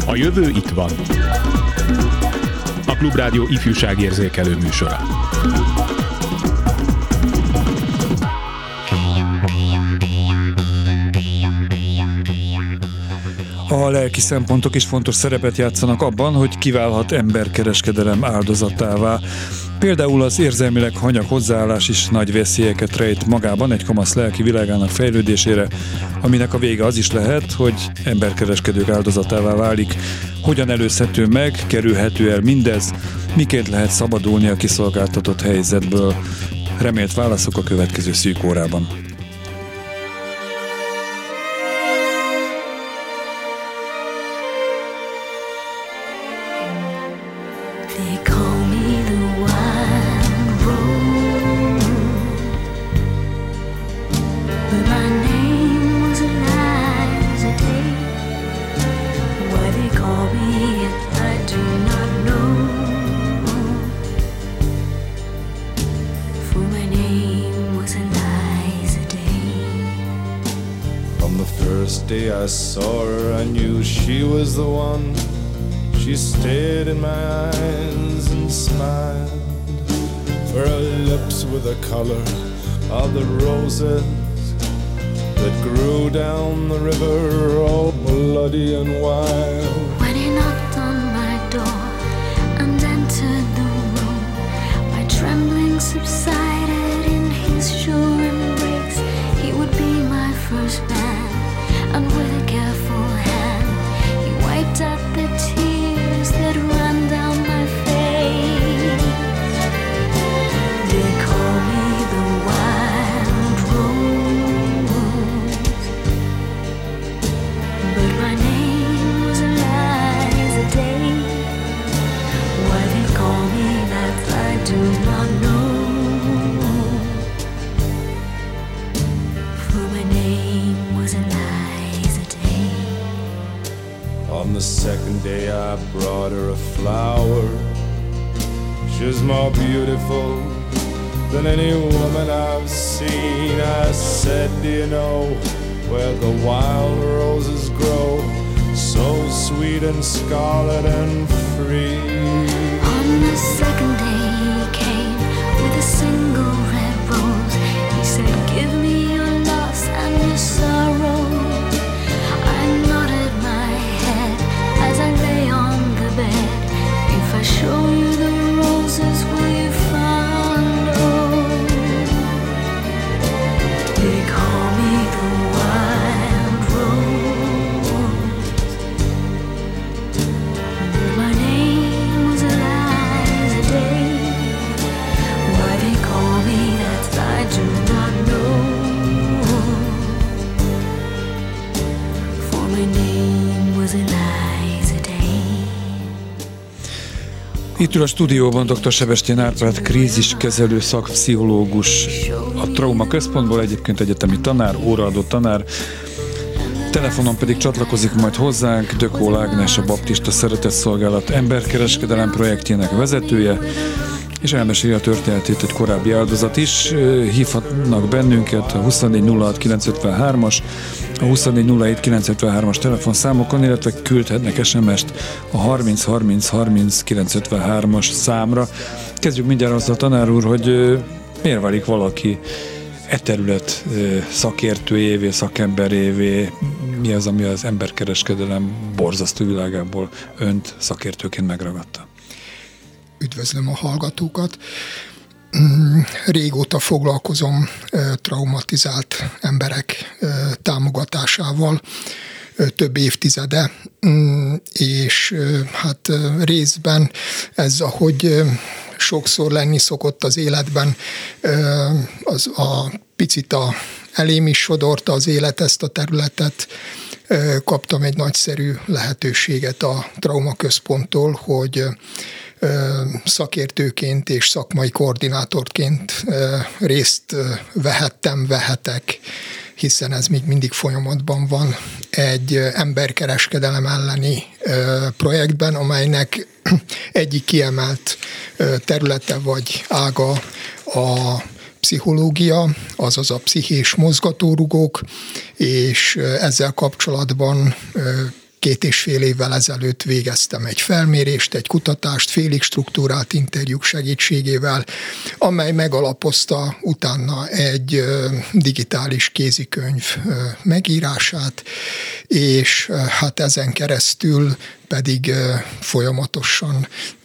A jövő itt van. A Klubrádió ifjúságérzékelő műsora. A lelki szempontok is fontos szerepet játszanak abban, hogy kiválhat emberkereskedelem áldozatává. Például az érzelmileg hanyag hozzáállás is nagy veszélyeket rejt magában egy kamasz lelki világának fejlődésére, aminek a vége az is lehet, hogy emberkereskedők áldozatává válik. Hogyan előzhető meg, kerülhető el mindez, miként lehet szabadulni a kiszolgáltatott helyzetből? Remélt válaszok a következő szűk órában. I saw her, I knew she was the one. She stared in my eyes and smiled. For her lips were the color of the roses that grew down the river, all bloody and wild. When he knocked on my door and entered the room, my trembling subsided in his sure embrace. He would be my first man, and with a careful hand he wiped out the tears that ran down my face. They call me the wild rose, but my name was Eliza Day. Why they call me that I do not know, for my name was Eliza. On the second day I brought her a flower. She was more beautiful than any woman I've seen. I said, do you know where the wild roses grow, so sweet and scarlet and free? On the second day he came with a single red rose. He said, give me your loss and your sorrow. I nodded my head as I lay on the bed. If I show you the roses, will you follow? They call me the wild rose, but my name was Eliza Day. Why they call me that I do not know, for my name was Eliza Day. Itt ül a stúdióban dr. Sebestyén Árpád, kríziskezelő szakpszichológus, a Trauma Központból, egyébként egyetemi tanár, óraadó tanár. Telefonon pedig csatlakozik majd hozzánk Dökol Ágnes, a Baptista Szeretetszolgálat emberkereskedelem projektjének vezetője, és elmeséli a történetét egy korábbi áldozat is. Hívhatnak bennünket a 2406953-as, a 2407953-as telefonszámokon, illetve küldhetnek SMS-t a 30303953-as számra. Kezdjük mindjárt azzal, tanár úr, hogy miért válik valaki terület szakértőjévé, szakemberévé? Mi az, ami az emberkereskedelem borzasztó világából önt szakértőként megragadta? Üdvözlöm a hallgatókat. Régóta foglalkozom traumatizált emberek támogatásával, több évtizede, és hát részben ez, ahogy sokszor lenni szokott az életben, az a picit elém is sodorta az élet ezt a területet. Kaptam egy nagyszerű lehetőséget a Trauma Központtól, hogy szakértőként és szakmai koordinátorként részt vehetek, hiszen ez még mindig folyamatban van, egy emberkereskedelem elleni projektben, amelynek egyik kiemelt területe vagy ága a pszichológia, azaz a pszichés mozgatórugók, és ezzel kapcsolatban 2,5 évvel ezelőtt végeztem egy felmérést, egy kutatást, félig struktúrált interjúk segítségével, amely megalapozta utána egy digitális kézikönyv megírását, és hát ezen keresztül pedig folyamatosan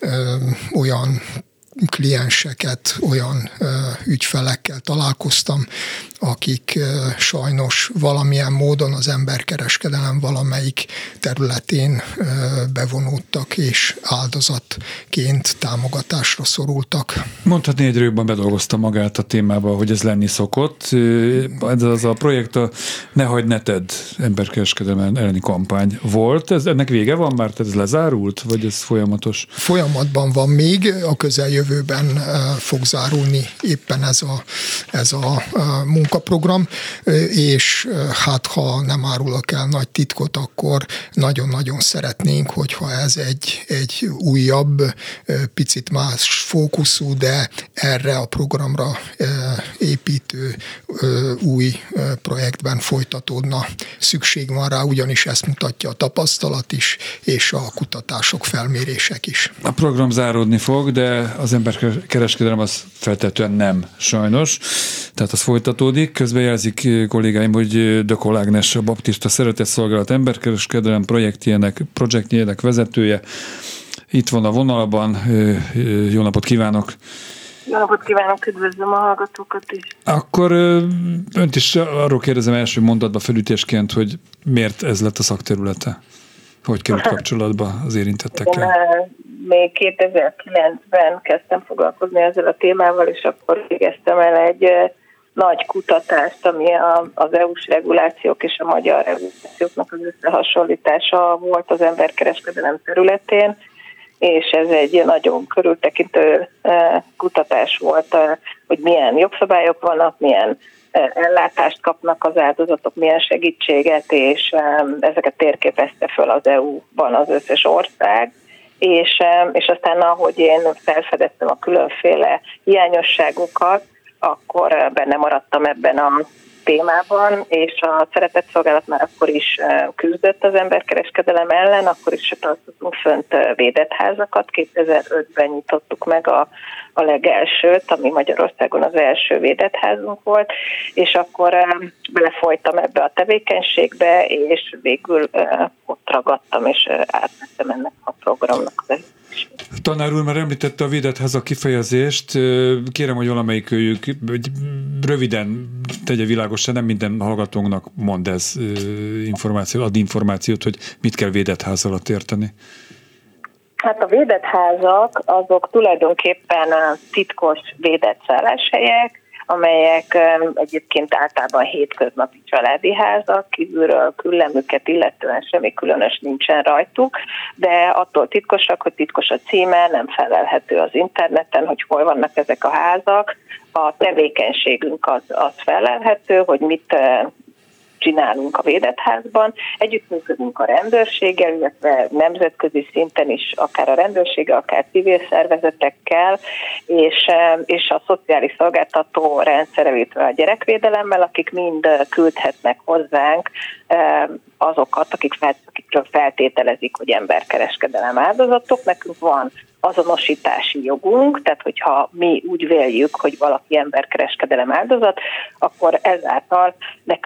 olyan klienseket, olyan ügyfelekkel találkoztam, akik sajnos valamilyen módon az emberkereskedelem valamelyik területén bevonódtak, és áldozatként támogatásra szorultak. Mondhatni, egy rögben bedolgozta magát a témába, hogy ez lenni szokott. Ez az a projekt a Ne hagyd, ne tedd emberkereskedelem elleni kampány volt. Ennek vége van már? Tehát ez lezárult? Vagy ez folyamatos? Folyamatban van még, a közeljövőben fog zárulni éppen ez a munkaprogram, és hát ha nem árulok el nagy titkot, akkor nagyon-nagyon szeretnénk, hogyha ez egy újabb, picit más fókuszú, de erre a programra építő új projektben folytatódna. Szükség van rá, ugyanis ezt mutatja a tapasztalat is, és a kutatások, felmérések is. A program záródni fog, de az emberkereskedelem az feltétlenül nem, sajnos. Tehát az folytatódik. Közben jelzik kollégáim, hogy Dökol Ágnes, a Baptista Szeretetszolgálat emberkereskedelem projektjének vezetője. Itt van a vonalban. Jó napot kívánok! Jó napot kívánok, üdvözlöm a hallgatókat is. Akkor önt is arról kérdezem első mondatba felütésként, hogy miért ez lett a szakterülete? Hogy került kapcsolatba az érintettekkel? Még 2009-ben kezdtem foglalkozni ezzel a témával, és akkor végeztem el egy nagy kutatást, ami az EU-s regulációk és a magyar regulációknak az összehasonlítása volt az emberkereskedelem területén, és ez egy nagyon körültekintő kutatás volt, hogy milyen jogszabályok vannak, milyen ellátást kapnak az áldozatok, milyen segítséget, és ezeket térképezte föl az EU-ban az összes ország, és aztán ahogy én felfedeztem a különféle hiányosságokat, akkor benne maradtam ebben a témában, és a Szeretetszolgálat már akkor is küzdött az emberkereskedelem ellen, akkor is tartottunk fönt védett házakat. 2005-ben nyitottuk meg a legelsőt, ami Magyarországon az első védett házunk volt, és akkor belefolytam ebbe a tevékenységbe, és végül ott ragadtam, és átvettem ennek a programnak az. Tanár úr már említette a védett háza kifejezést. Kérem, hogy valamelyikőjük röviden tegye világosra, nem minden hallgatónknak mond ez ad információt, hogy mit kell védett ház alatt érteni. Hát a védett házak azok tulajdonképpen titkos védett szálláshelyek, amelyek egyébként általában hétköznapi családi házak, kívülről küllemüket illetően semmi különös nincsen rajtuk, de attól titkosak, hogy titkos a címe, nem felelhető az interneten, hogy hol vannak ezek a házak. A tevékenységünk az felelhető, hogy mit csinálunk a védett házban. Együttműködünk a rendőrséggel, illetve nemzetközi szinten is, akár a rendőrséggel, akár civil szervezetekkel, és a szociális szolgáltató rendszerrel, illetve a gyerekvédelemmel, akik mind küldhetnek hozzánk azokat, akikről feltételezik, hogy emberkereskedelem áldozatok. Nekünk van azonosítási jogunk, tehát hogyha mi úgy véljük, hogy valaki emberkereskedelem áldozat, akkor ezáltal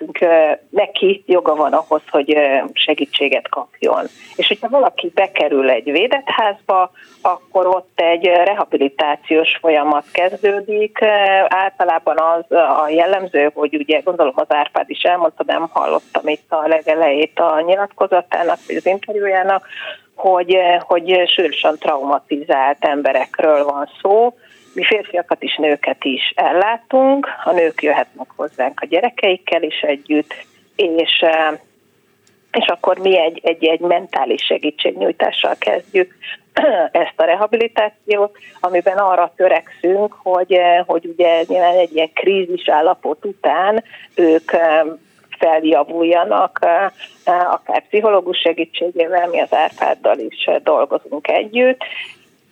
neki joga van ahhoz, hogy segítséget kapjon. És hogyha valaki bekerül egy védett házba, akkor ott egy rehabilitációs folyamat kezdődik. Általában az a jellemző, hogy ugye gondolom az Árpád is elmondta, nem hallottam itt a legelejét a nyilatkozatának, vagy az interjújának, hogy súlyosan traumatizált emberekről van szó. Mi férfiakat is, nőket is ellátunk, a nők jöhetnek hozzánk a gyerekeikkel is együtt, és akkor mi egy mentális segítségnyújtással kezdjük ezt a rehabilitációt, amiben arra törekszünk, hogy ugye egy ilyen krízis állapot után ők feljavuljanak, akár pszichológus segítségével, mi az Árpáddal is dolgozunk együtt,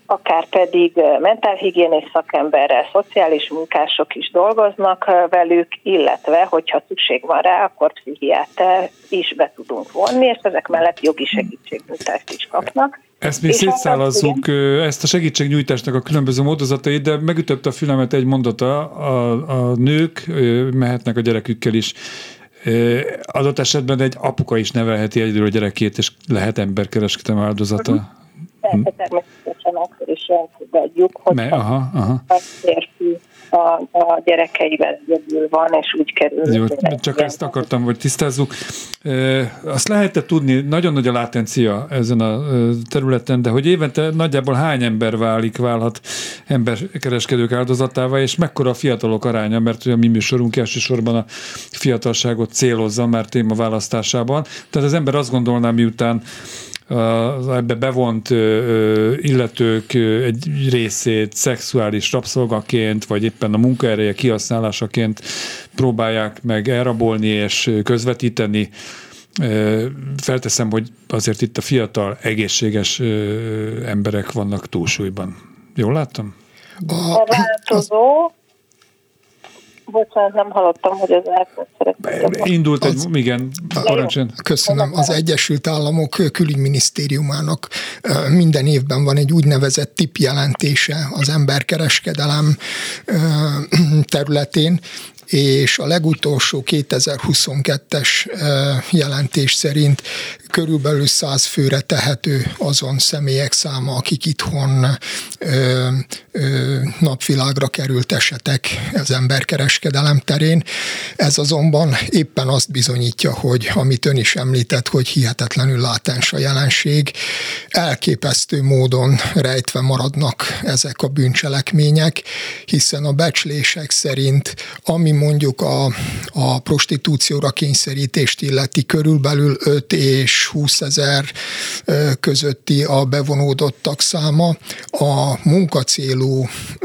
akár pedig mentálhigiénés szakemberrel, szociális munkások is dolgoznak velük, illetve, hogyha szükség van rá, akkor pszichiáter is be tudunk vonni, és ezek mellett jogi segítségnyújtást is kapnak. Ezt mi szétszállazzuk, ezt a segítségnyújtásnak a különböző módozatait, de megütötte a fülemet egy mondata, a nők mehetnek a gyerekükkel is. Adott esetben egy apuka is nevelheti egyedül a gyerekét, és lehet emberkereskedelem áldozata. Természetesen akkor is elfogadjuk, hogy a férfi a gyerekeivel egyedül van, és úgy kerül. Jó, csak ezt akartam, hogy tisztázzuk. Azt lehet tudni, nagyon nagy a látencia ezen a területen, de hogy évente nagyjából hány ember válhat emberkereskedők áldozatává, és mekkora a fiatalok aránya, mert a mi műsorunk elsősorban a fiatalságot célozza már témaválasztásában. Tehát az ember azt gondolná, miután ebbe bevont illetők egy részét szexuális rabszolgaként, vagy éppen a munkaereje kihasználásaként próbálják meg elrabolni és közvetíteni. Felteszem, hogy azért itt a fiatal, egészséges emberek vannak túlsúlyban. Jól láttam? A változó. Bocsánat, nem hallottam, hogy az elkövetkezett. Indult igen, parancsoljon. Köszönöm. Az Egyesült Államok külügyminisztériumának minden évben van egy úgynevezett tippjelentése az emberkereskedelem területén, és a legutolsó 2022-es jelentés szerint körülbelül 100 főre tehető azon személyek száma, akik itthon napvilágra került esetek az emberkereskedelem terén. Ez azonban éppen azt bizonyítja, hogy amit ön is említett, hogy hihetetlenül látens a jelenség, elképesztő módon rejtve maradnak ezek a bűncselekmények, hiszen a becslések szerint, ami mondjuk a prostitúcióra kényszerítést illeti, körülbelül 5 és 20 ezer közötti a bevonódottak száma, a munkacélú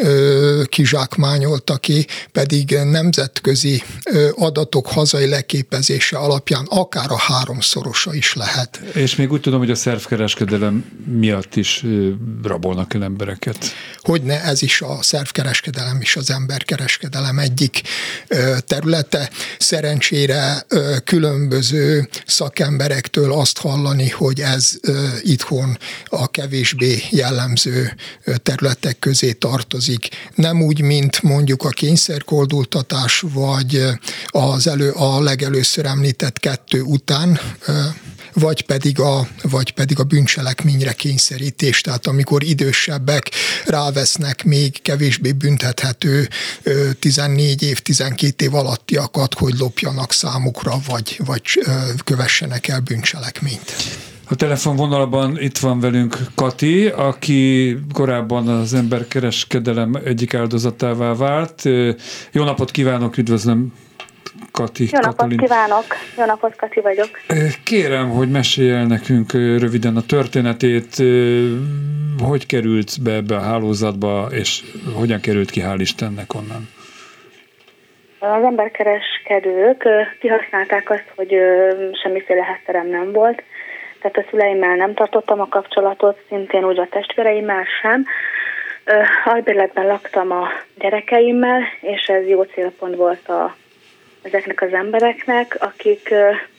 kizsákmányoltaké pedig nemzetközi adatok hazai leképezése alapján akár a 3-szorosa is lehet. És még úgy tudom, hogy a szervkereskedelem miatt is rabolnak el embereket. Hogyne, ez is a szervkereskedelem és az emberkereskedelem egyik területe. Szerencsére különböző szakemberektől azt hallani, hogy ez itthon a kevésbé jellemző területek közé tartozik. Nem úgy, mint mondjuk a kényszerkoldultatás, vagy a legelőször említett 2 után, vagy pedig a bűncselekményre kényszerítés, tehát amikor idősebbek rávesznek még kevésbé büntethető 14 év, 12 év alattiakat, hogy lopjanak számukra, vagy kövessenek el bűncselekményt. A telefonvonalban itt van velünk Kati, aki korábban az emberkereskedelem egyik áldozatává vált. Jó napot kívánok, üdvözlöm, Kati. Jó napot kívánok! Jó napot, Kati vagyok. Kérem, hogy mesélj el nekünk röviden a történetét, hogy került be ebbe a hálózatba, és hogyan került ki, hál' Istennek, onnan. Az emberkereskedők kihasználták azt, hogy semmiféle hátterem nem volt, tehát a szüleimmel nem tartottam a kapcsolatot, szintén úgy a testvéreimmel sem. Albérletben laktam a gyerekeimmel, és ez jó célpont volt ezeknek az embereknek, akik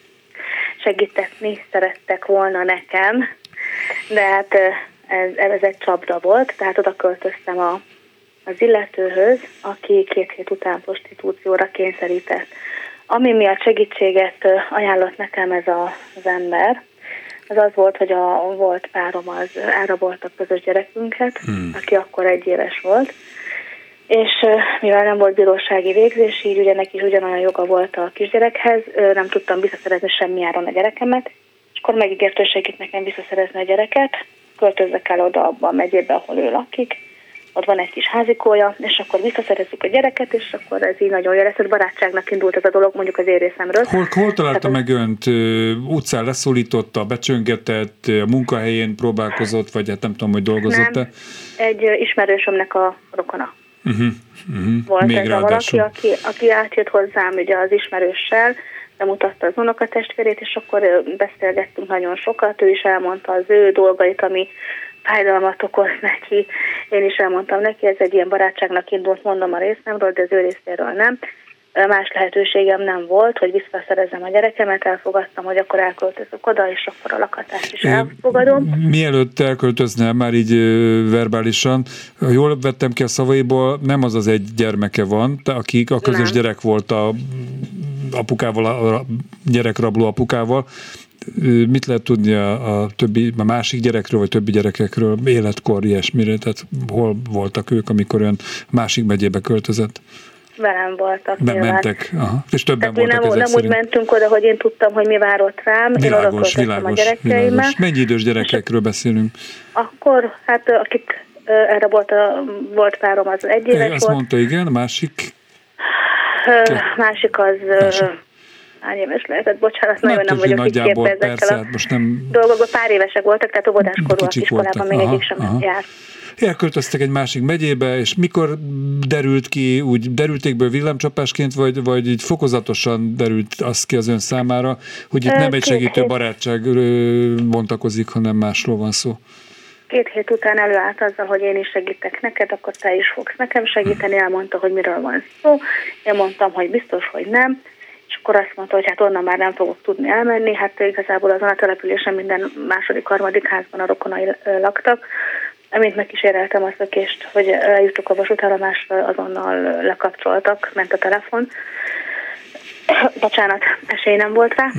segítetni szerettek volna nekem, de hát ez egy csapda volt, tehát oda költöztem az illetőhöz, aki 2 hét után prostitúcióra kényszerített. Ami miatt segítséget ajánlott nekem ez az ember, az volt, hogy a volt párom az elrabolta a közös gyerekünket, aki akkor 1 éves volt, és mivel nem volt bírósági végzés, így ugye neki is ugyanolyan joga volt a kisgyerekhez, nem tudtam visszaszerezni semmi áron a gyerekemet, és akkor megígért, hogy segít nekem visszaszerezni a gyereket, költözzek el oda abba a megyébe, ahol ő lakik, ott van egy kis házikója, és akkor visszaszerezzük a gyereket, és akkor ez így nagyon jó lesz. Ez barátságnak indult ez a dolog, mondjuk az én részemről. Hol találta meg önt? Utcán leszólította, becsöngetett, a munkahelyén próbálkozott, vagy hát nem tudom, hogy dolgozott-e? Nem, egy ismerősömnek a rokona. Volt még ez a valaki, aki átjött hozzám ugye az ismerőssel, bemutatta az unokatestvérét, és akkor beszélgettünk nagyon sokat, ő is elmondta az ő dolgait, ami fájdalmat okoz neki. Én is elmondtam neki, ez egy ilyen barátságnak indult, mondom a részemről, de az ő részéről nem. Más lehetőségem nem volt, hogy visszaszerezzem a gyerekemet, elfogadtam, hogy akkor elköltözök oda, és akkor a lakhatást is elfogadom. Mielőtt elköltözném már így verbálisan, jól vettem ki a szavaiból, nem az egy gyermeke van, akik a közös nem. Gyerek volt a apukával, a gyerekrabló apukával. Mit lehet tudni a másik gyerekről, vagy többi gyerekekről, életkor, ilyesmire? Tehát hol voltak ők, amikor olyan másik megyébe költözött? Velem voltak. Bementek, aha. És többen voltak ezek szerint. Nem úgy mentünk oda, hogy én tudtam, hogy mi vár ott rám. Világos. A gyerekeimmel. Mennyi idős gyerekekről beszélünk? Akkor, hát akik erre volt párom, az 1 éves volt. Azt mondta, igen, a másik? Másik az... Hány éves lehetett, bocsánat, nagyon nem vagyok itt képbe ezekkel a dolgokban. Pár évesek voltak, tehát óvodáskorúak iskolában még egyik sem járt. Elköltöztek egy másik megyébe, és mikor derült ki, úgy derültékből villámcsapásként, vagy így fokozatosan derült az ki az ön számára, hogy itt nem egy segítő barátság bontakozik, hanem másról van szó? 2 hét után előállt azzal, hogy én is segítek neked, akkor te is fogsz nekem segíteni, elmondta, hogy miről van szó. Én mondtam, hogy biztos, hogy nem. És akkor azt mondta, hogy hát onnan már nem fogok tudni elmenni, hát igazából azon a településen minden második, harmadik házban a rokonai laktak. Amint megkíséreltem a szökést, hogy eljutok a vasútállomásra, azonnal lekapcsoltak, ment a telefon. Bocsánat, esély nem volt rá.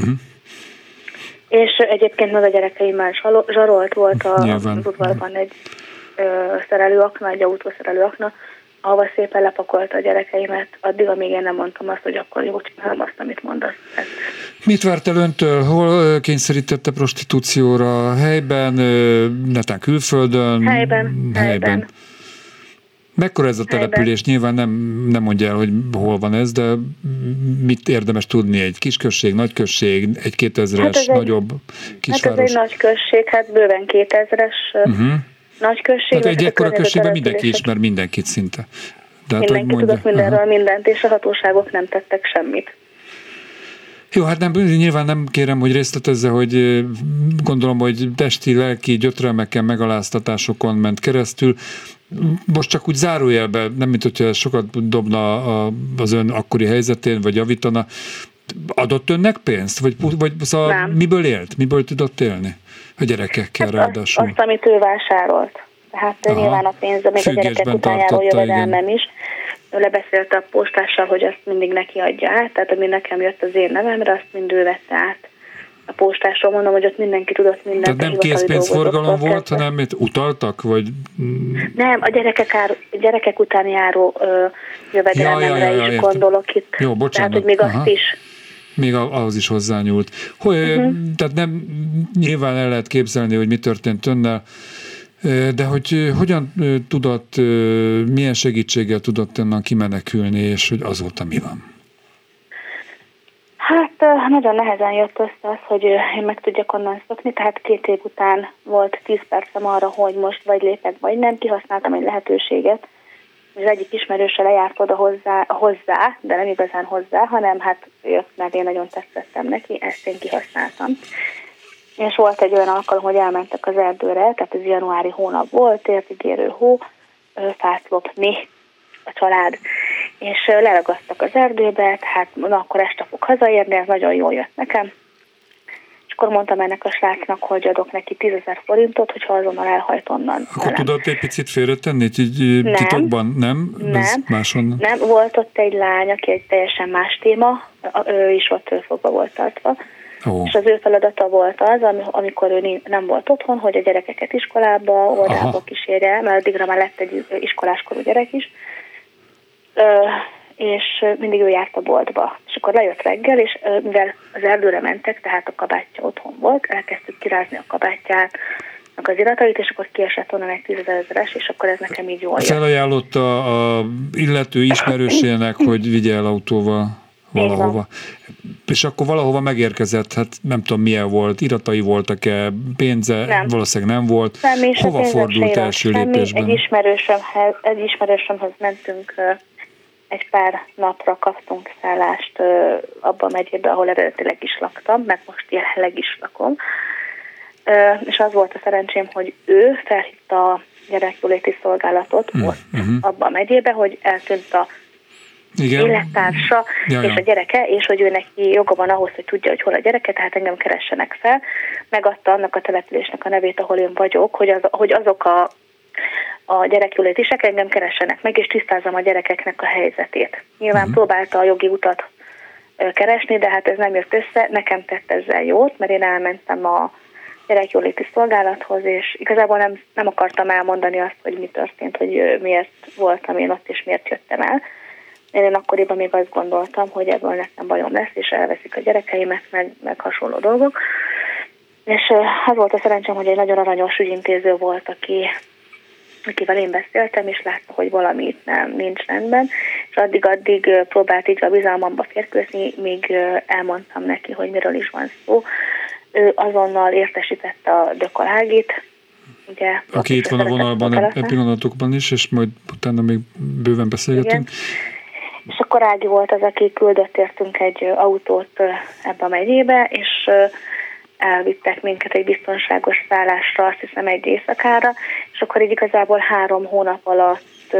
És egyébként meg a gyerekeimmel zsarolt volt az udvarban egy szerelőakna, egy autószerelőakna, ahova szépen lepakolta a gyerekeimet, addig, amíg én nem mondtam azt, hogy akkor jó, csinálom azt, amit mondasz. Mit várt el öntől? Hol kényszerítette prostitúcióra? Helyben, netán külföldön? Helyben. Mekkora ez a település? Nyilván nem mondja el, hogy hol van ez, de mit érdemes tudni? Egy kisközség, nagyközség, egy 2000-es, nagyobb kisváros? Hát ez egy nagy község, hát bőven 2000-es nagy község. Tehát egy ekkora községben mindenki ismer mindenkit szinte. Mindenki tudott mindenről mindent, és a hatóságok nem tettek semmit. Jó, hát nyilván nem kérem, hogy részletezze, hogy gondolom, hogy testi, lelki gyötrelmeken, megaláztatásokon ment keresztül. Most csak úgy zárójelben, nem mint hogyha sokat dobna az ön akkori helyzetén, vagy javítana. Adott önnek pénzt? Vagy szóval miből élt? Miből tudott élni? A gyerekekkel ráadásul. Azt, amit ő vásárolt. Tehát nyilván a pénz, még a gyerekek után járó jövedelmem is. Ő lebeszélte a postással, hogy azt mindig neki adja át, tehát ami nekem jött az én nevemre, azt mind ő vette át. A postásról mondom, hogy ott mindenki tudott mindent. Tehát nem készpénzforgalom volt, hanem utaltak? Vagy... Nem, a gyerekek után járó jövedelmemre is gondolok itt. Jó, bocsánat. Tehát, hogy még azt is. Még ahhoz is hozzányúlt. Tehát nem nyilván el lehet képzelni, hogy mi történt önnel, de hogy hogyan tudott, milyen segítséggel tudott onnan kimenekülni, és hogy azóta mi van? Hát nagyon nehezen jött össze az, hogy én meg tudjak onnan szokni, tehát 2 év után volt 10 percem arra, hogy most vagy lépek, vagy nem. Kihasználtam egy lehetőséget, és az egyik ismerőse lejárt oda hozzá, de nem igazán hozzá, hanem hát jött, mert én nagyon tetszettem neki, ezt én kihasználtam. És volt egy olyan alkalom, hogy elmentek az erdőre, tehát ez januári hónap volt, értigérő hó, fát lopni a család, és leragasztak az erdőbe, hát na, akkor este fog hazaérni, ez nagyon jól jött nekem. És akkor mondtam ennek a srácnak, hogy adok neki 10 000 forintot, hogyha azonnal elhajt onnan. Akkor tudott egy picit félretenni, így titokban? Nem. Nem, volt ott egy lány, aki egy teljesen más téma, ő is ott fogva volt tartva. És az ő feladata volt az, amikor ő nem volt otthon, hogy a gyerekeket iskolába, óvodába kísérje, mert addigra már lett egy iskoláskorú gyerek is, és mindig ő járt a boltba. És akkor lejött reggel, és mivel az erdőre mentek, tehát a kabátja otthon volt, elkezdtük kirázni a kabátját, meg az iratait, és akkor kiesett onnan egy 10 000-es, és akkor ez nekem így jól jött. Felajánlotta a illető ismerősének, hogy vigye el autóval valahova. És akkor valahova megérkezett, hát nem tudom milyen volt, iratai voltak-e, pénze, nem. Valószínűleg nem volt. Hova fordult első lépésben? Egy ismerősömhöz mentünk, egy pár napra kaptunk szállást abban a megyében, ahol eredetileg is laktam, mert most jelenleg is lakom. és az volt a szerencsém, hogy ő felhívta a gyerekjóléti szolgálatot abban a megyébe, hogy eltűnt a élettársa és a gyereke, és hogy ő neki joga van ahhoz, hogy tudja, hogy hol a gyereke, tehát engem keressenek fel. Megadta annak a településnek a nevét, ahol én vagyok, hogy azok a gyerekjólétisek engem keressenek meg, és tisztázzam a gyerekeknek a helyzetét. Nyilván próbálta a jogi utat keresni, de hát ez nem jött össze, nekem tett ezzel jót, mert én elmentem a gyerekjóléti szolgálathoz, és igazából nem akartam elmondani azt, hogy mi történt, hogy miért voltam én ott, és miért jöttem el. Én akkoriban még azt gondoltam, hogy ebből nekem bajom lesz, és elveszik a gyerekeimet, meg hasonló dolgok. És az volt a szerencsém, hogy egy nagyon aranyos ügyintéző volt, akivel én beszéltem, és látta, hogy valami itt nincs rendben, és addig próbált így a bizalmamba férkőzni, míg elmondtam neki, hogy miről is van szó. Ő azonnal értesítette a Dökol Ágit, ugye, aki itt van a vonalban pillanatokban is, és majd utána még bőven beszélgetünk. Igen. És akkor Ági volt az, aki küldött értünk egy autót ebbe a megyébe, és elvittek minket egy biztonságos szállásra, azt hiszem egy éjszakára, és akkor így igazából 3 hónap alatt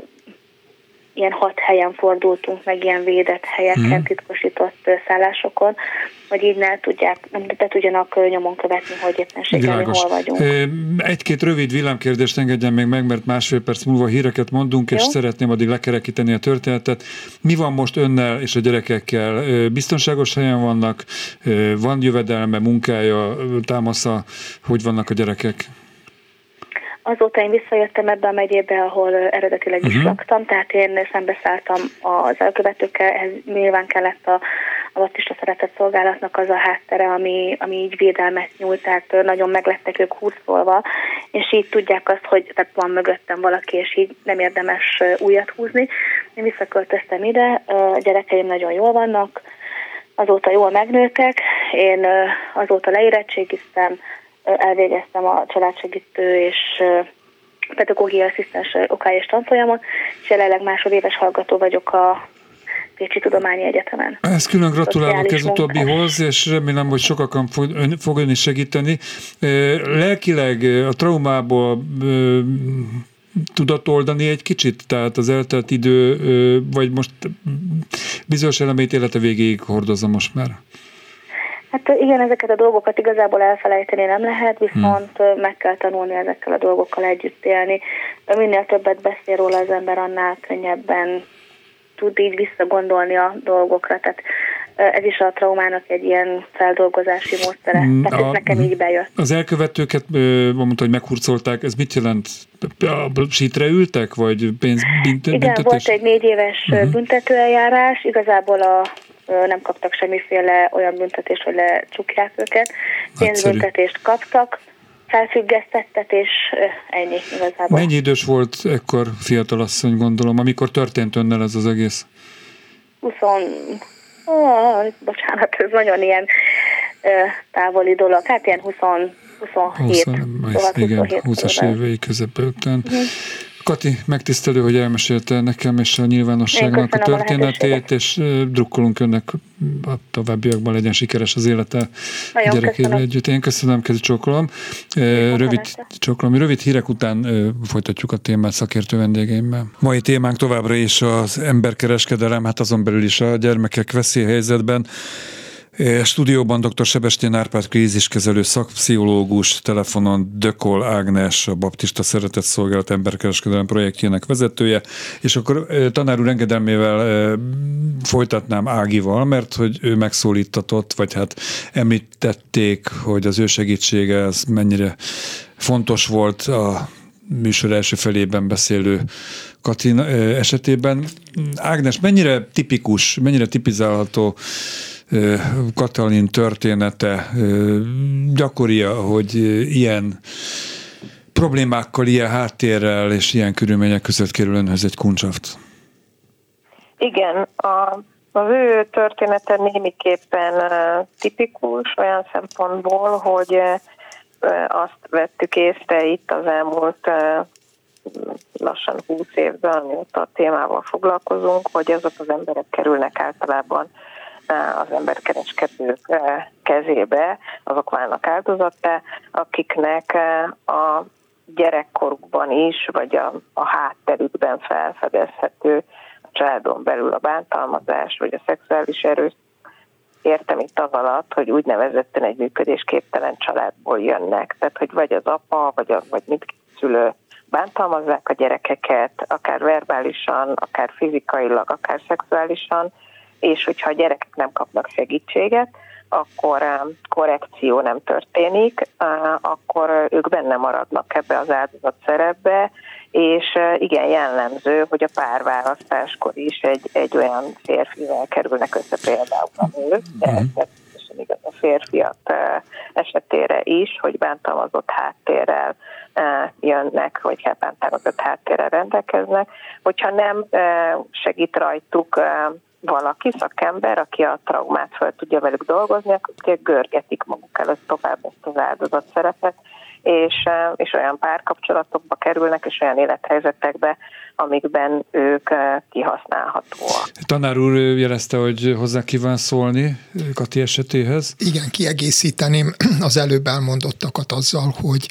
ilyen 6 helyen fordultunk meg, ilyen védett helyeken, titkosított szállásokon, hogy így ne tudjanak nyomon követni, hogy éppenséggel hol vagyunk. Egy-két rövid villámkérdést engedjen még meg, mert másfél perc múlva híreket mondunk, és szeretném addig lekerekíteni a történetet. Mi van most önnel és a gyerekekkel? Biztonságos helyen vannak? Van jövedelme, munkája, támasza? Hogy vannak a gyerekek? Azóta én visszajöttem ebbe a megyébe, ahol eredetileg is laktam, tehát én szembeszálltam az elkövetőkkel, ehhez nyilván kellett a baptista szeretett szolgálatnak az a háttere, ami így védelmet nyújt, tehát nagyon meglettek ők húzolva, és így tudják azt, hogy tehát van mögöttem valaki, és így nem érdemes újat húzni. Én visszaköltöztem ide, a gyerekeim nagyon jól vannak, azóta jól megnőttek, én azóta leérettségiztem, elvégeztem a családsegítő és pedagógiai asszisztens okályos tanfolyamot, és jelenleg másodéves hallgató vagyok a Pécsi Tudományi Egyetemen. Ezt külön gratulálok ez utóbbihoz, és remélem, hogy sokakon fog ön is segíteni. Lelkileg a traumából tudott oldani egy kicsit? Tehát az eltelt idő, vagy most bizonyos elemét élete végéig hordozza most már? Hát igen, ezeket a dolgokat igazából elfelejteni nem lehet, viszont meg kell tanulni ezekkel a dolgokkal együtt élni. Minél többet beszél róla az ember, annál könnyebben tud így visszagondolni a dolgokra. Tehát ez is a traumának egy ilyen feldolgozási módszere. Tehát ez nekem így bejött. Az elkövetőket, mondta, hogy meghurcolták, ez mit jelent? Sítre ültek, vagy pénzbüntetés? Igen, volt egy 4 éves büntetőeljárás, igazából nem kaptak semmiféle olyan büntetést, hogy lecsukják őket. Pénzbüntetést kaptak, felfüggesztettetés, ennyi igazából. Mennyi idős volt ekkor fiatalasszony, gondolom, amikor történt önnel ez az egész? Bocsánat, ez nagyon ilyen távoli dolog. Hát ilyen 27. Igen, 20-as évei közepe után. Kati, megtisztelő, hogy elmesélte nekem és a nyilvánosságnak a történetét, és drukkolunk önnek a továbbiakban, legyen sikeres az élete a gyerekével együtt. Én köszönöm, kezi csókolom. Rövid hírek után folytatjuk a témát szakértő vendégeimmel. Mai témánk továbbra is az emberkereskedelem, hát azon belül is a gyermekek veszélyhelyzetben. Stúdióban dr. Sebestyén Árpád kríziskezelő szakpszichológus, telefonon Dökol Ágnes, a Baptista Szeretett Szolgálat emberkereskedelem projektjének vezetője, és akkor tanár úr engedelmével folytatnám Ágival, mert hogy ő megszólítatott, vagy hát említették, hogy az ő segítsége az mennyire fontos volt a műsor első felében beszélő Katin esetében. Ágnes, mennyire tipikus, mennyire tipizálható Katalin története, gyakoria, hogy ilyen problémákkal, ilyen háttérrel és ilyen körülmények között kerül önhöz egy kuncsaft? Igen, az ő története némiképpen tipikus olyan szempontból, hogy azt vettük észre itt az elmúlt lassan 20 évben, amióta a témával foglalkozunk, hogy azok az emberek kerülnek általában az emberkereskedők kezébe, azok válnak áldozattá, akiknek a gyerekkorukban is, vagy a hátterükben felfedezhető a családon belül a bántalmazás, vagy a szexuális erőszak. Értem itt az alatt, hogy úgynevezetten egy működésképtelen családból jönnek. Tehát, hogy vagy az apa, vagy mindkét szülő bántalmazzák a gyerekeket, akár verbálisan, akár fizikailag, akár szexuálisan, és hogyha a gyerekek nem kapnak segítséget, akkor korrekció nem történik, akkor ők benne maradnak ebbe az áldozat szerepbe, és igen jellemző, hogy a párválasztáskor is egy olyan férfivel kerülnek össze például a nők, de természetesen igaz a férfiak esetére is, hogy bántalmazott háttérrel jönnek, vagy bántalmazott háttérrel rendelkeznek. Hogyha nem segít rajtuk valaki, szakember, aki a traumát fel tudja velük dolgozni, akkor görgetik maguk előtt tovább ezt az áldozat szerepet, és olyan párkapcsolatokba kerülnek, és olyan élethelyzetekbe, amikben ők kihasználhatóak. Tanár úr jelezte, hogy hozzá kíván szólni Kati esetéhez. Igen, kiegészíteném az előbb elmondottakat azzal, hogy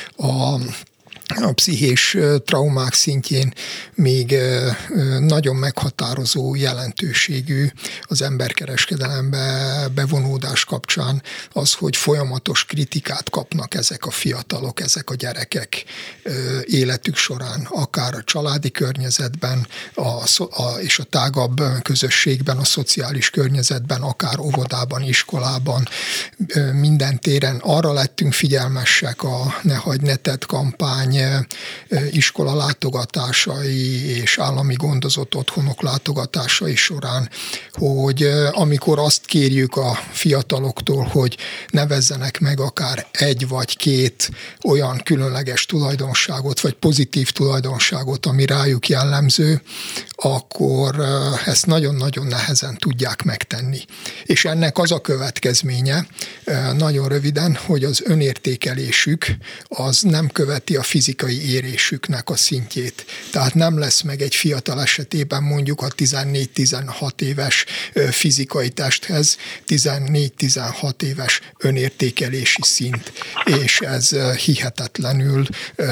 a pszichés traumák szintjén még nagyon meghatározó jelentőségű az emberkereskedelembe bevonódás kapcsán az, hogy folyamatos kritikát kapnak ezek a fiatalok, ezek a gyerekek életük során, akár a családi környezetben, és a tágabb közösségben, a szociális környezetben, akár óvodában, iskolában, minden téren. Arra lettünk figyelmesek a Ne hagyd, ne tedd kampány iskola látogatásai és állami gondozott otthonok látogatásai során, hogy amikor azt kérjük a fiataloktól, hogy nevezzenek meg akár egy vagy két olyan különleges tulajdonságot, vagy pozitív tulajdonságot, ami rájuk jellemző, akkor ezt nagyon-nagyon nehezen tudják megtenni. És ennek az a következménye, nagyon röviden, hogy az önértékelésük az nem követi a fizikai érésüknek a szintjét. Tehát nem lesz meg egy fiatal esetében mondjuk a 14-16 éves fizikai testhez 14-16 éves önértékelési szint. És ez hihetetlenül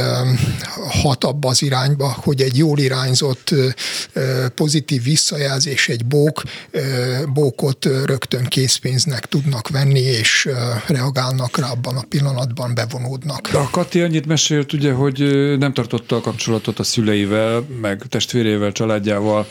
hat abba az irányba, hogy egy jól irányzott pozitív visszajelzés, egy bókot rögtön készpénznek tudnak venni, és reagálnak rá abban a pillanatban, bevonódnak. A Kati annyit mesélt, ugye, hogy nem tartotta a kapcsolatot a szüleivel, meg testvérével, családjával.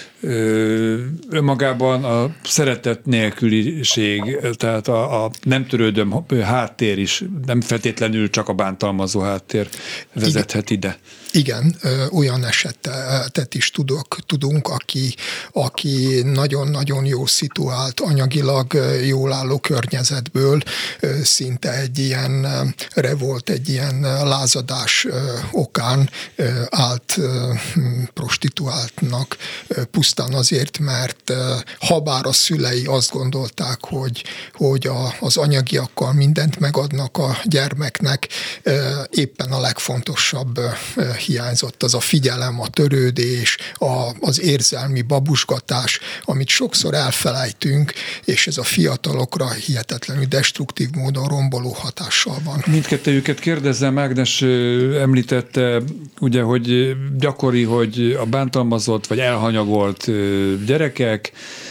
Önmagában a szeretet nélküliség, tehát a nem törődöm háttér is, nem feltétlenül csak a bántalmazó háttér vezethet ide. Igen, olyan esetet is tudunk, aki nagyon-nagyon jó szituált, anyagilag jól álló környezetből szinte egy ilyen revolt, egy ilyen lázadás okán állt prostituáltnak, pusztán azért, mert habár a szülei azt gondolták, hogy az anyagiakkal mindent megadnak a gyermeknek, éppen a legfontosabb hiányzott, az a figyelem, a törődés, az érzelmi babusgatás, amit sokszor elfelejtünk, és ez a fiatalokra hihetetlenül destruktív módon romboló hatással van. Mindkettőjüket kérdezzem, Ágnes említette, ugye, hogy gyakori, hogy a bántalmazott vagy elhanyagolt gyerekek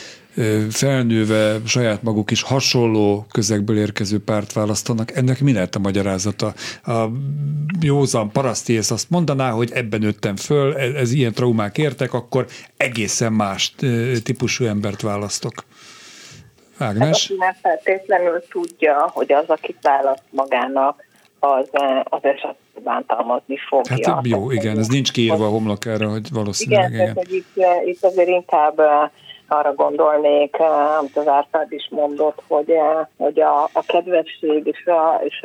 felnőve saját maguk is hasonló közegből érkező párt választanak. Ennek mi lehet a magyarázata? A józan parasztész azt mondaná, hogy ebben nőttem föl, ez ilyen traumák értek, akkor egészen más típusú embert választok. Ágnes? Hát, nem feltétlenül tudja, hogy az, akit választ magának, az esetben bántalmazni fogja. Hát jó, igen, ez nincs kiírva a homlokára, hogy valószínűleg. Igen, tehát, hogy itt azért inkább arra gondolnék, amit az Árpád is mondott, hogy a kedvesség és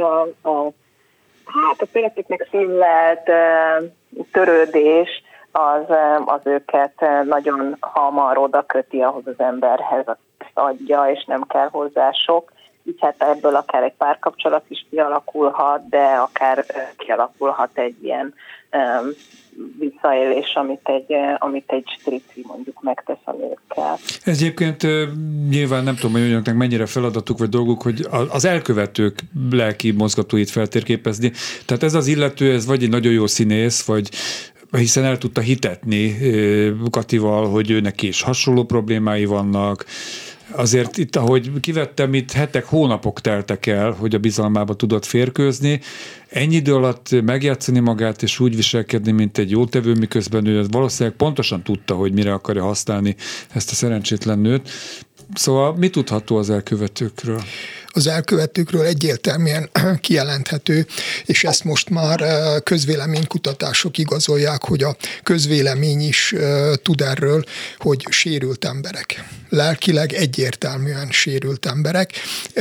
a pénzeknek színlelt törődés az őket nagyon hamar oda köti ahhoz az emberhez, ezt adja, és nem kell hozzá sok, így hát ebből akár egy párkapcsolat is kialakulhat, de akár kialakulhat egy ilyen visszaélés, amit egy strici mondjuk megtesz a nőkkel. Ez egyébként nyilván nem tudom, hogy önöknek mennyire feladatuk vagy dolguk, hogy az elkövetők lelki mozgatóit feltérképezni. Tehát ez az illető, ez vagy egy nagyon jó színész, vagy hiszen el tudta hitetni Katival, hogy ő neki is hasonló problémái vannak. Azért itt, ahogy kivettem, itt hetek, hónapok teltek el, hogy a bizalmába tudott férkőzni. Ennyi idő alatt megjátszani magát, és úgy viselkedni, mint egy jótevő, miközben ő valószínűleg pontosan tudta, hogy mire akarja használni ezt a szerencsétlen nőt. Szóval mi tudható az elkövetőkről? Az elkövetőkről egyértelműen kijelenthető, és ezt most már közvéleménykutatások igazolják, hogy a közvélemény is tud erről, hogy sérült emberek. Lelkileg egyértelműen sérült emberek.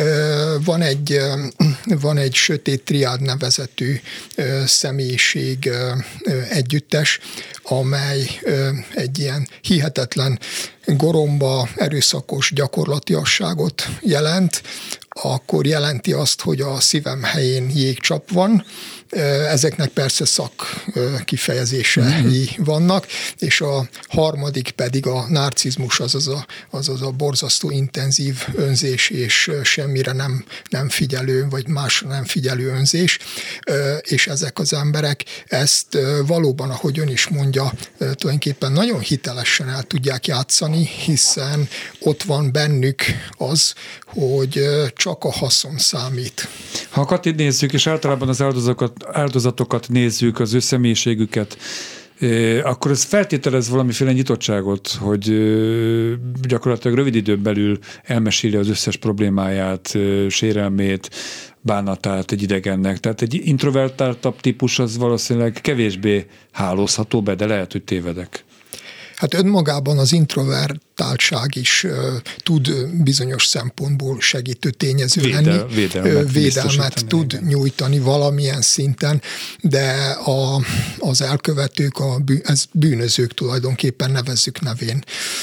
Van egy sötét triád nevezetű személyiség együttes, amely egy ilyen hihetetlen goromba, erőszakos gyakorlatiasságot jelent, akkor jelenti azt, hogy a szívem helyén jégcsap van. Ezeknek persze szakkifejezései vannak, és a harmadik pedig a narcizmus, azaz a borzasztó intenzív önzés és semmire nem figyelő, vagy másra nem figyelő önzés, és ezek az emberek ezt valóban, ahogy ön is mondja, tulajdonképpen nagyon hitelesen el tudják játszani, hiszen ott van bennük az, hogy csak a haszon számít. Ha a Katit nézzük, és általában az áldozatokat nézzük, az ő személyiségüket, akkor ez feltételez valamiféle nyitottságot, hogy gyakorlatilag rövid időn belül elmeséli az összes problémáját, sérelmét, bánatát egy idegennek. Tehát egy introvertáltabb típus az valószínűleg kevésbé hálózható be, de lehet, hogy tévedek. Hát önmagában az introvertáltság is tud bizonyos szempontból segítő tényező lenni. Védelmet tud nyújtani valamilyen szinten, de az elkövetők, bűnözők tulajdonképpen, nevezzük nevén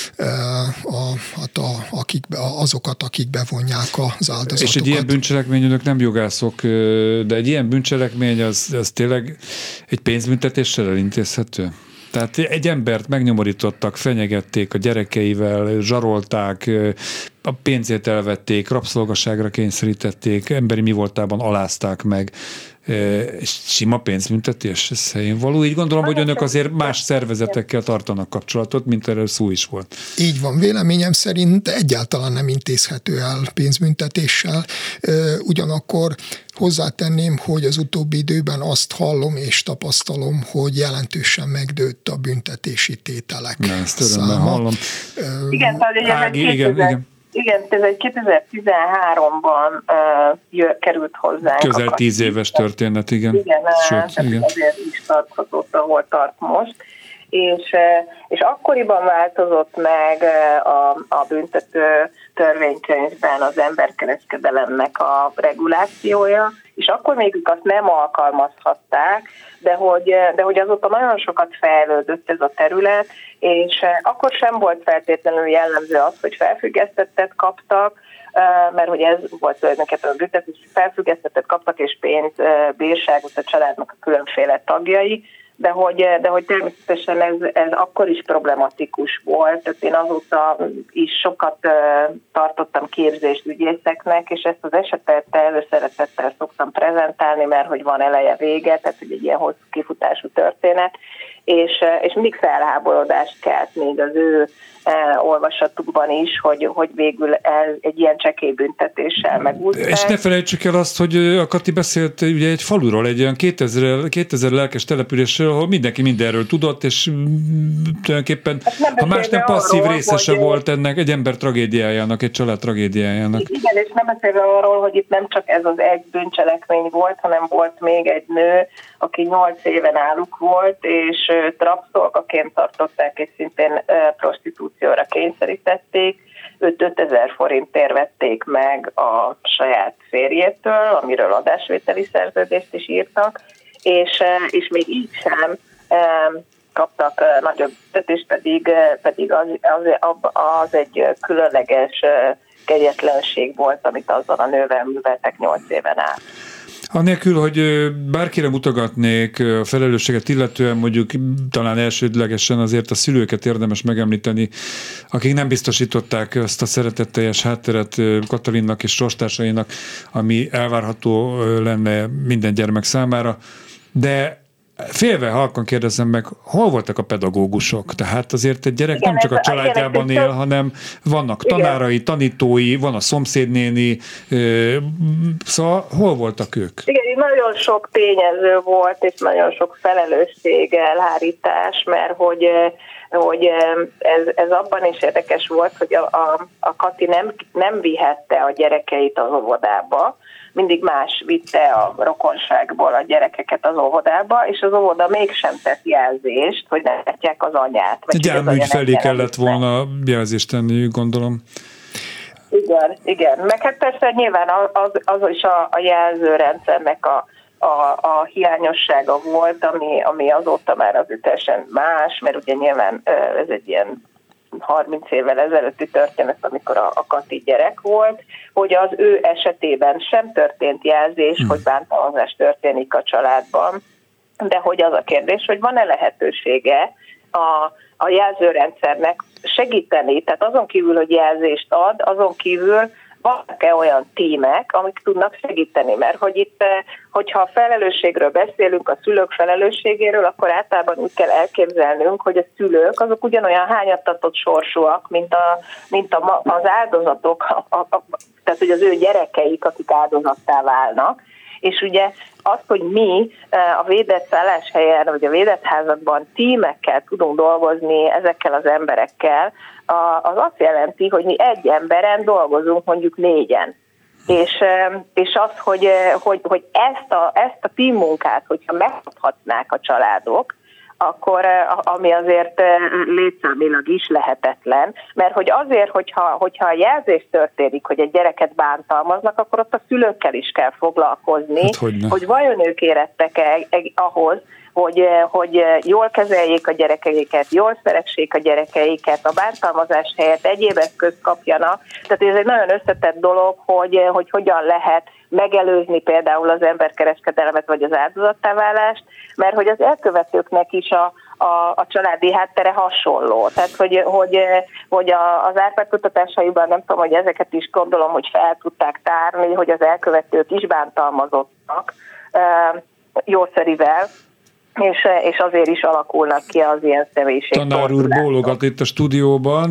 azokat, akik bevonják az áldozatokat. És egy ilyen bűncselekmény, önök nem jogászok, de egy ilyen bűncselekmény az tényleg egy pénzbüntetéssel elintézhető? Tehát egy embert megnyomorítottak, fenyegették a gyerekeivel, zsarolták, a pénzét elvették, rabszolgaságra kényszerítették, emberi mivoltában alázták meg. Sima pénzbüntetés, ez helyén való. Így gondolom, hogy önök azért más szervezetekkel tartanak kapcsolatot, mint erről szó is volt. Így van, véleményem szerint egyáltalán nem intézhető el pénzbüntetéssel. Ugyanakkor hozzátenném, hogy az utóbbi időben azt hallom és tapasztalom, hogy jelentősen megdőtt a büntetési tételek száma. Ezt örömmel hallom. Igen, igen, ez egy 2013-ban került hozzánk. Közel 10 éves történet, igen. Igen, igen. Azért is tarthatott, ahol tart most. És akkoriban változott meg a büntető törvénykönyvben az emberkereskedelemnek a regulációja, és akkor még ők azt nem alkalmazhatták, de hogy azóta nagyon sokat fejlődött ez a terület, és akkor sem volt feltétlenül jellemző az, hogy felfüggesztettet kaptak, mert hogy ez volt tulajdonképpen a büntetés, felfüggesztettet kaptak, és pénzbírságot a családnak a különféle tagjai, de hogy természetesen ez akkor is problematikus volt, tehát én azóta is sokat tartottam képzést ügyészeknek, és ezt az esetet előszeretettel szoktam prezentálni, mert hogy van eleje vége, tehát hogy egy ilyen hosszú kifutású történet, és mindig felháborodást kelt még az ő olvasatukban is, hogy végül egy ilyen csekélybüntetéssel megúszták. És ne felejtsük el azt, hogy a Kati beszélt ugye egy faluról, egy olyan 2000 lelkes településről, ahol mindenki mindenről tudott, és tulajdonképpen, ha más nem passzív részese volt ennek egy ember tragédiájának, egy család tragédiájának. Igen, és nem beszélve arról, hogy itt nem csak ez az egy bűncselekmény volt, hanem volt még egy nő, aki 8 éven náluk volt, és rabszolgaként tartották, és szintén prostitúcióra kényszerítették. 5000 forintért vették meg a saját férjétől, amiről adásvételi szerződést is írtak, és még így sem kaptak nagyobb büntetést, pedig az egy különleges kegyetlenség volt, amit azzal a nővel műveltek 8 éven át. Anélkül, hogy bárkire mutogatnék a felelősséget illetően, mondjuk talán elsődlegesen azért a szülőket érdemes megemlíteni, akik nem biztosították ezt a szeretetteljes hátteret Katalinnak és sorstársainak, ami elvárható lenne minden gyermek számára, de félve halkan kérdezem meg, hol voltak a pedagógusok? Tehát azért egy gyerek nem csak a családjában él, hanem vannak tanárai, tanítói, van a szomszédnéni, szóval hol voltak ők? Igen, nagyon sok tényező volt, és nagyon sok felelősség, elhárítás, mert hogy ez abban is érdekes volt, hogy a Kati nem vihette a gyerekeit az óvodába, mindig más vitte a rokonságból a gyerekeket az óvodába, és az óvoda mégsem tett jelzést, hogy ne látják az anyát. Egy elmúgy felé kellett volna jelzést tenni, gondolom. Igen. Meg hát persze nyilván az is a jelzőrendszernek a hiányossága volt, ami azóta már az teljesen más, mert ugye nyilván ez egy ilyen 30 évvel ezelőtti történet, amikor a Kati gyerek volt, hogy az ő esetében sem történt jelzés, hogy bántalmazás történik a családban, de hogy az a kérdés, hogy van-e lehetősége a jelzőrendszernek segíteni, tehát azon kívül, hogy jelzést ad, azon kívül vannak-e olyan tímek, amik tudnak segíteni, mert hogy itt, hogyha a felelősségről beszélünk, a szülők felelősségéről, akkor általában úgy kell elképzelnünk, hogy a szülők azok ugyanolyan hányattatott sorsúak, mint az áldozatok, tehát hogy az ő gyerekeik, akik áldozattá válnak, és ugye az, hogy mi a védett szálláshelyen, vagy a védett házakban tímekkel tudunk dolgozni ezekkel az emberekkel, az azt jelenti, hogy mi egy emberen dolgozunk mondjuk 4-en. És az, hogy ezt a tímmunkát, hogyha megkaphatnák a családok, akkor ami azért létszámilag is lehetetlen, mert hogy azért, hogyha a jelzés történik, hogy egy gyereket bántalmaznak, akkor ott a szülőkkel is kell foglalkozni, hogy vajon ők érettek-e ahhoz, hogy jól kezeljék a gyerekeiket, jól szeressék a gyerekeiket, a bántalmazás helyett egyéb eszközt kapjanak. Tehát ez egy nagyon összetett dolog, hogy hogyan lehet megelőzni például az emberkereskedelmet vagy az áldozattá válást, mert hogy az elkövetőknek is a családi háttere hasonló. Tehát, hogy az Árpád kutatásaiban nem tudom, hogy ezeket is gondolom, hogy fel tudták tárni, hogy az elkövetők is bántalmazottak jószerivel, és azért is alakulnak ki az ilyen személyiség. Tanár úr bólogat itt a stúdióban,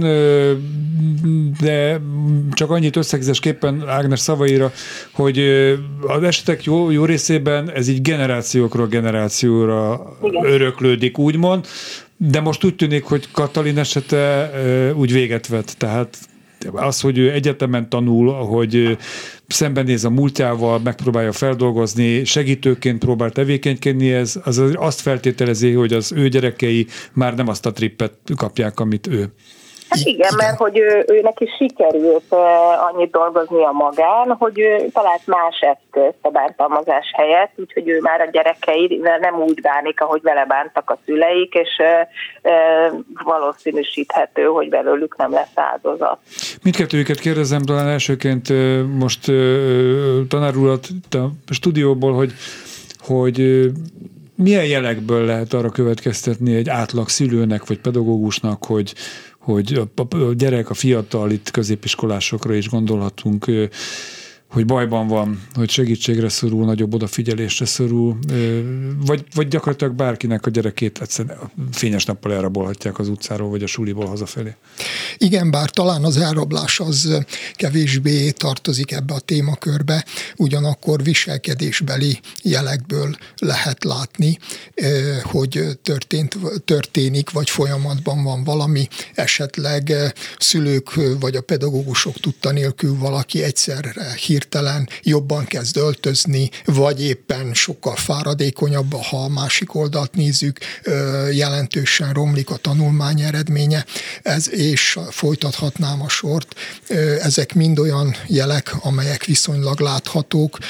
de csak annyit összegzésképpen Ágnes szavaira, hogy az esetek jó részében ez így generációkról generációra öröklődik, úgymond, de most úgy tűnik, hogy Katalin esete úgy véget vett, tehát az, hogy ő egyetemen tanul, hogy szembenéz a múltjával, megpróbálja feldolgozni, segítőként próbál tevékenykedni, ez azt feltételezi, hogy az ő gyerekei már nem azt a trippet kapják, amit ő. Hát igen, mert hogy ő neki sikerült annyit dolgoznia magán, hogy ő talált más eszközt a bántalmazás helyett, úgyhogy ő már a gyerekeivel nem úgy bánik, ahogy vele bántak a szüleik, és valószínűsíthető, hogy belőlük nem lesz áldozat. Mindkettőjüket kérdezem talán elsőként most tanár urat a stúdióból, hogy milyen jelekből lehet arra következtetni egy átlag szülőnek vagy pedagógusnak, hogy a gyerek, a fiatal, itt középiskolásokra is gondolhatunk, hogy bajban van, hogy segítségre szorul, nagyobb odafigyelésre szorul, vagy gyakorlatilag bárkinek a gyerekét egyszerűen fényes nappal elrabolhatják az utcáról, vagy a suliból hazafelé. Igen, bár talán az elrablás az kevésbé tartozik ebbe a témakörbe, ugyanakkor viselkedésbeli jelekből lehet látni, hogy történik, vagy folyamatban van valami, esetleg szülők vagy a pedagógusok tudta nélkül valaki egyszerre hirtelen jobban kezd öltözni, vagy éppen sokkal fáradékonyabb, ha a másik oldalt nézzük, jelentősen romlik a tanulmány eredménye, és folytathatnám a sort. Ezek mind olyan jelek, amelyek viszonylag láthatók,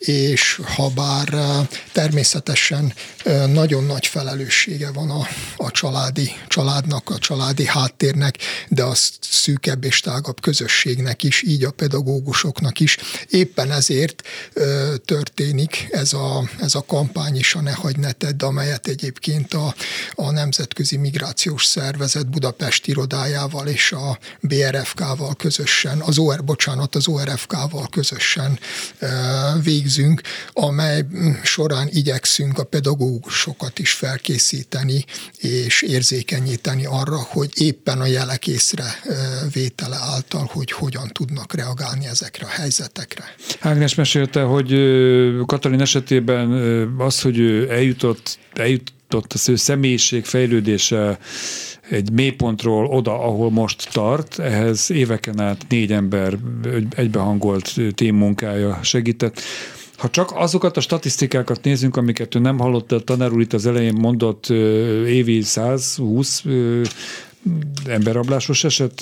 és ha bár természetesen nagyon nagy felelőssége van a családnak, a családi háttérnek, de a szűkebb és tágabb közösségnek is, így a pedagógusoknak is. Éppen ezért történik ez a kampány is, a Ne hagyd, ne tedd, amelyet egyébként a Nemzetközi Migrációs Szervezet Budapest irodájával és a BRFK-val közösen, az ORFK-val közösen végzünk, amely során igyekszünk a pedagógusokat is felkészíteni és érzékenyíteni arra, hogy éppen a jelek észrevétele által, hogy hogyan tudnak reagálni ezekre a helyzetekre. Ágnes mesélte, hogy Katalin esetében az, hogy ő eljutott az ő személyiség fejlődése egy mélypontról oda, ahol most tart, ehhez éveken át 4 ember egybehangolt témmunkája segített. Ha csak azokat a statisztikákat nézzünk, amiket ő nem hallott, a tanár úr itt az elején mondott, évi 120 emberrablásos eset,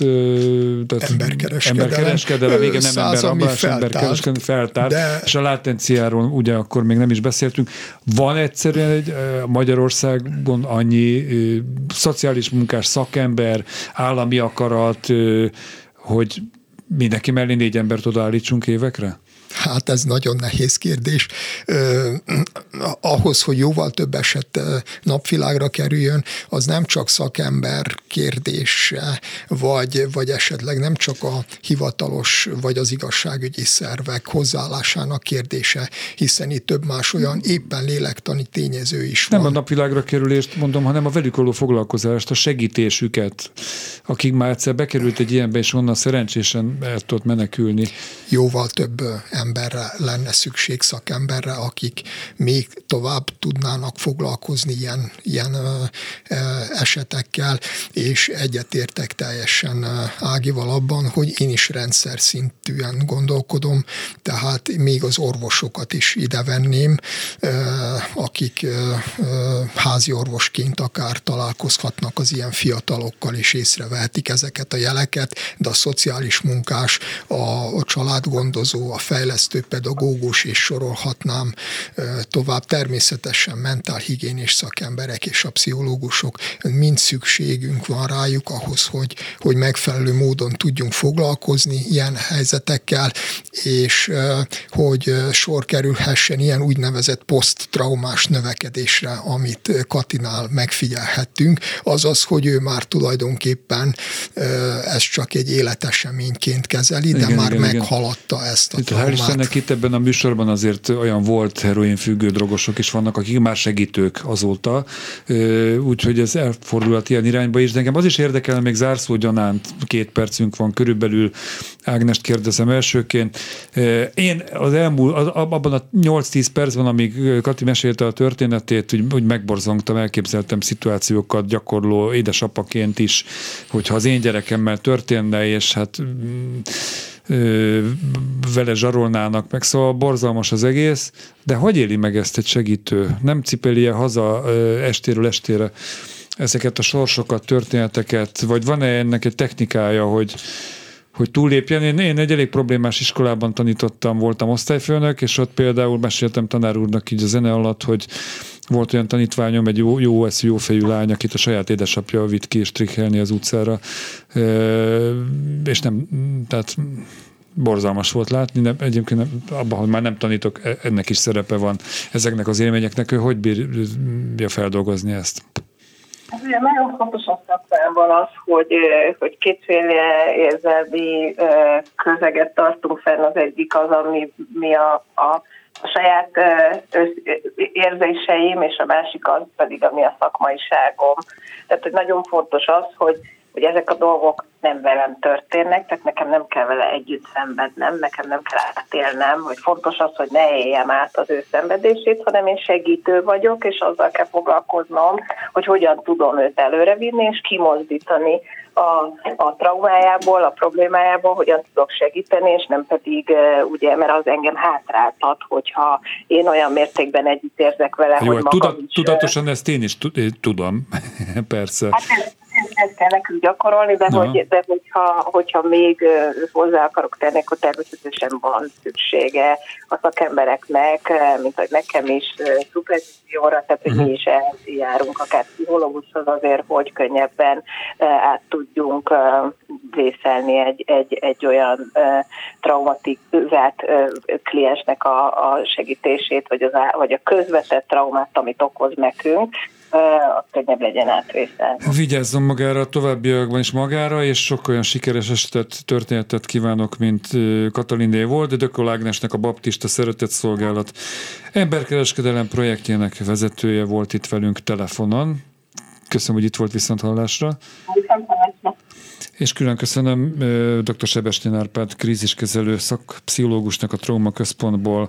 emberkereskedelem, igen, nem emberrablás, emberkereskedelem feltárt, és a látenciáról ugye akkor még nem is beszéltünk. Van egyszerűen Magyarországon annyi szociális munkás szakember, állami akarat, hogy mindenki mellé 4 embert odaállítsunk évekre? Hát ez nagyon nehéz kérdés. Ahhoz, hogy jóval több eset napvilágra kerüljön, az nem csak szakember kérdése, vagy esetleg nem csak a hivatalos, vagy az igazságügyi szervek hozzáállásának kérdése, hiszen itt több más olyan éppen lélektani tényező is van. Nem a napvilágra kerülést mondom, hanem a velük való foglalkozást, a segítésüket, akik már egyszer bekerült egy ilyenbe, és onnan szerencsésen el tudott menekülni. Jóval több emberre lenne szükség, szakemberre, akik még tovább tudnának foglalkozni ilyen esetekkel, és egyetértek teljesen Ágival abban, hogy én is rendszer szintűen gondolkodom, tehát még az orvosokat is ide venném, akik házi orvosként akár találkozhatnak az ilyen fiatalokkal, és észrevehetik ezeket a jeleket, de a szociális munkás, a családgondozó, a fejlesztő pedagógus, és sorolhatnám tovább, természetesen mentálhigiénés szakemberek és a pszichológusok, mind szükségünk van rájuk ahhoz, hogy megfelelő módon tudjunk foglalkozni ilyen helyzetekkel, és hogy sor kerülhessen ilyen úgynevezett poszttraumás növekedésre, amit Katinál megfigyelhettünk, azaz, hogy ő már tulajdonképpen ezt csak egy életeseményként kezeli, de már meghaladta ezt a traumát. Hál' Istennek itt ebben a műsorban azért olyan volt heroinfüggő drogosok is vannak, akik már segítők azóta, úgyhogy ez elfordulhat ilyen irányba is. De engem az is érdekelne, még zárszó gyanánt, 2 percünk van körülbelül, Ágnest kérdezem elsőként. Én az abban a 8-10 percben, amíg Kati mesélte a történetét, úgy megborzongtam, elképzeltem szituációkat gyakorló édesapaként is, hogyha az én gyerekemmel történne, és hát vele zsarolnának meg, szóval borzalmas az egész, de hogy éli meg ezt egy segítő? Nem cipeli-e haza estéről estére ezeket a sorsokat, történeteket, vagy van-e ennek egy technikája, hogy túllépjen? Én egy elég problémás iskolában tanítottam, voltam osztályfőnök, és ott például meséltem tanár úrnak így a zene alatt, hogy volt olyan tanítványom, egy jó eszű, jó fejű lány, akit a saját édesapja vitt ki és trikkelni az utcára, és nem, tehát borzalmas volt látni, egyébként abban, hogy már nem tanítok, ennek is szerepe van ezeknek az élményeknek, ő hogy bírja feldolgozni ezt? Ugye nagyon fontos a szakmában az, hogy kétféle érzelmi közeget tartunk fenn. Az egyik az, ami a saját érzéseim, és a másik az pedig, ami a szakmaiságom. Tehát, hogy nagyon fontos az, hogy ezek a dolgok nem velem történnek, tehát nekem nem kell vele együtt szenvednem, nekem nem kell átélnem, hogy fontos az, hogy ne éljem át az ő szenvedését, hanem én segítő vagyok, és azzal kell foglalkoznom, hogy hogyan tudom őt előrevinni, és kimozdítani a traumájából, a problémájából, hogyan tudok segíteni, és nem pedig ugye, mert az engem hátráltat, hogyha én olyan mértékben együtt érzek vele, jó, hogy magam is... Tudatosan ezt én is tudom, persze. Hát ezt kell nekünk gyakorolni, de hogyha még hozzá akarok tenni, akkor természetesen van szüksége a szakembereknek, mint hogy nekem is szupervízióra, tehát hogy mi is eljárunk akár pszichológushoz azért, hogy könnyebben át tudjunk vészelni egy olyan traumatizált kliensnek a segítését, vagy a közvetett traumát, amit okoz nekünk, az könnyebb legyen átvészelni. Vigyázzon magára a továbbiakban is magára, és sok olyan sikeres történetet kívánok, mint Kataliné volt, de Dököl Ágnesnek a Baptista Szeretetszolgálat emberkereskedelem projektjének vezetője volt itt velünk telefonon. Köszönöm, hogy itt volt, viszonthallásra. És külön köszönöm dr. Sebestyén Árpád kríziskezelő szakpszichológusnak a Trauma Központból,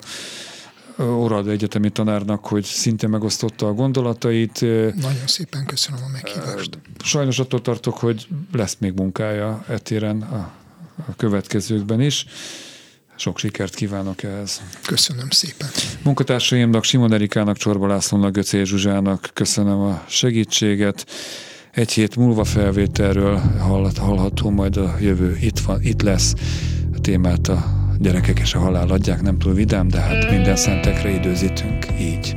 Óraadó egyetemi tanárnak, hogy szintén megosztotta a gondolatait. Nagyon szépen köszönöm a meghívást. Sajnos attól tartok, hogy lesz még munkája etéren a következőkben is. Sok sikert kívánok ehhez. Köszönöm szépen. Munkatársaimnak, Simon Erikának, Csorba Lászlónak, Göcé Zsuzsának köszönöm a segítséget. Egy hét múlva felvételről hallható majd a jövő. Itt lesz a témát a gyerekek és a halál adják, nem túl vidám, de hát minden szentekre időzítünk így.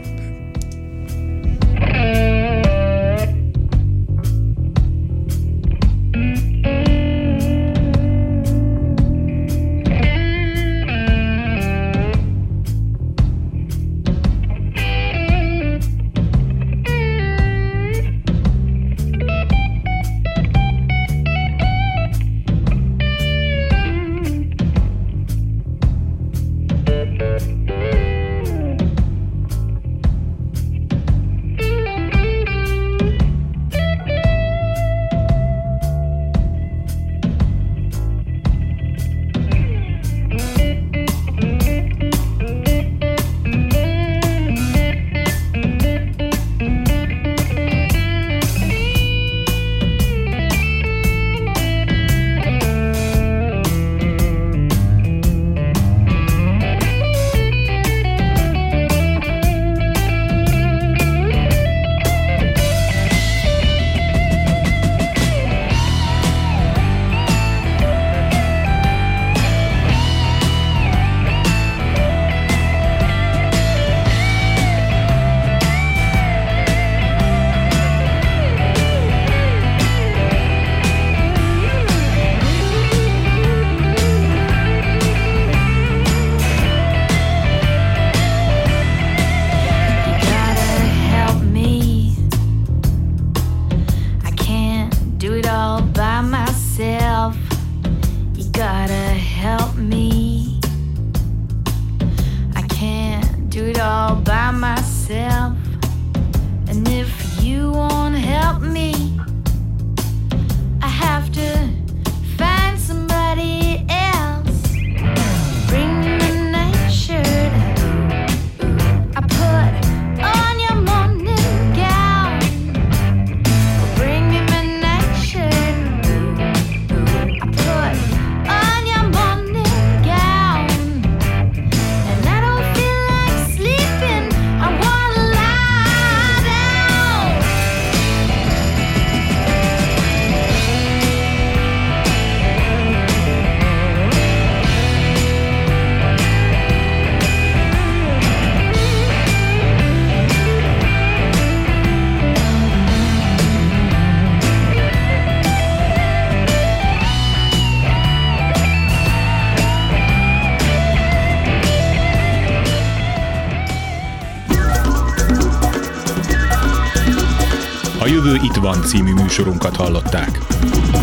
A Jövő itt van című műsorunkat hallották.